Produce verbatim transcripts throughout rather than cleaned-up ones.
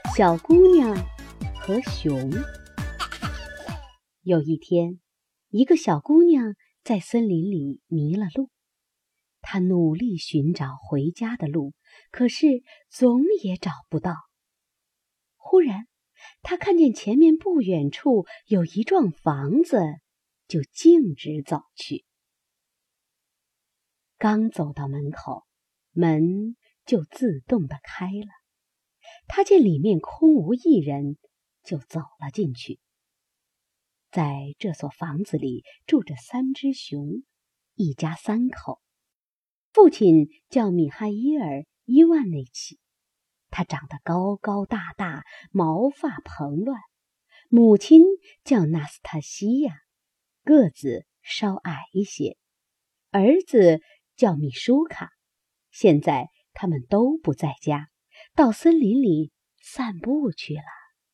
小姑娘和熊。有一天，一个小姑娘在森林里迷了路，她努力寻找回家的路，可是总也找不到。忽然，她看见前面不远处有一幢房子，就径直走去。刚走到门口，门就自动地开了。她见里面空无一人，就走了进去。在这所房子里住着三只熊，一家三口。父亲叫米哈伊尔·伊万内奇，他长得高高大大，毛发蓬乱；母亲叫纳斯塔西亚，个子稍矮一些；儿子叫米舒卡。现在他们都不在家，到森林里散步去了。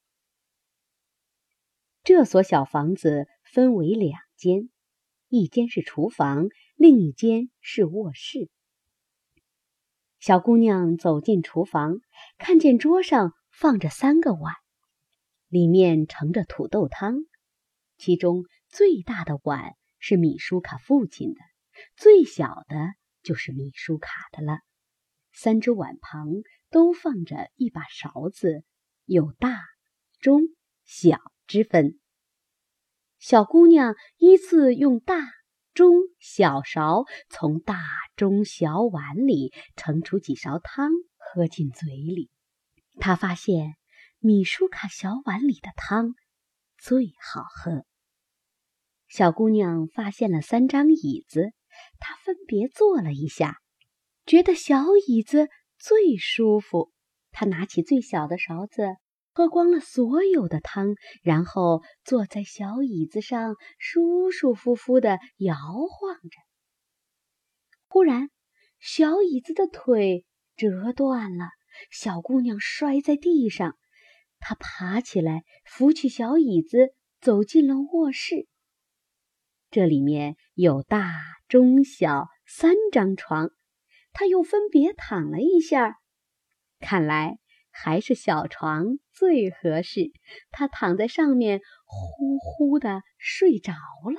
这所小房子分为两间，一间是厨房，另一间是卧室。小姑娘走进厨房，看见桌上放着三个碗，里面盛着土豆汤，其中最大的碗是米舒卡父亲的，最小的就是米舒卡的了。三只碗旁都放着一把勺子，有大、中、小之分。小姑娘依次用大、中、小勺从大、中、小碗里盛出几勺汤，喝进嘴里。她发现米舒卡小碗里的汤最好喝。小姑娘发现了三张椅子，她分别坐了一下，觉得小椅子最舒服。她拿起最小的勺子，喝光了所有的汤，然后坐在小椅子上，舒舒服服地摇晃着。忽然，小椅子的腿折断了，小姑娘摔在地上。她爬起来，扶起小椅子，走进了卧室。这里面有大、中、小三张床，她又分别躺了一下，看来还是小床最合适。她躺在上面，呼呼地睡着了。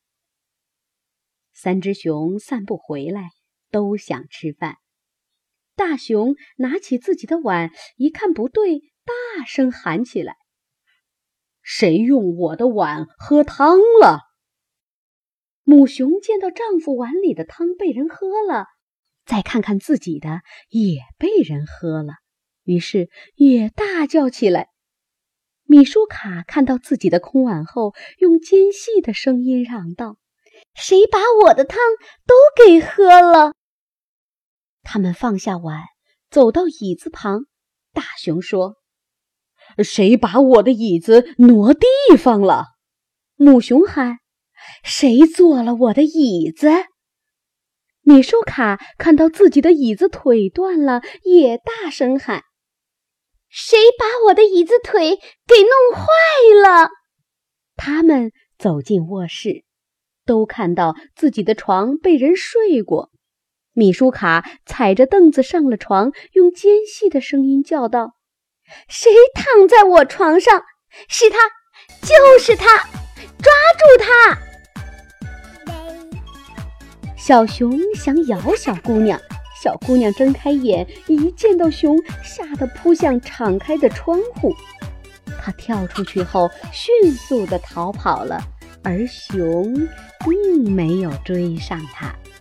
三只熊散步回来，都想吃饭。大熊拿起自己的碗，一看不对，大声喊起来：“谁用我的碗喝汤了？”母熊见到丈夫碗里的汤被人喝了，再看看自己的也被人喝了，于是也大叫起来。米舒卡看到自己的空碗后，用尖细的声音嚷道：“谁把我的汤都给喝了？”他们放下碗，走到椅子旁。大熊说：“谁把我的椅子挪地方了？”母熊喊：“谁坐了我的椅子？”米舒卡看到自己的椅子腿断了，也大声喊：“谁把我的椅子腿给弄坏了？”他们走进卧室，都看到自己的床被人睡过。米舒卡踩着凳子上了床，用尖细的声音叫道：“谁躺在我床上？是他，就是他，抓住他！”小熊想咬小姑娘，小姑娘睁开眼，一见到熊，吓得扑向敞开的窗户。她跳出去后，迅速地逃跑了，而熊并没有追上她。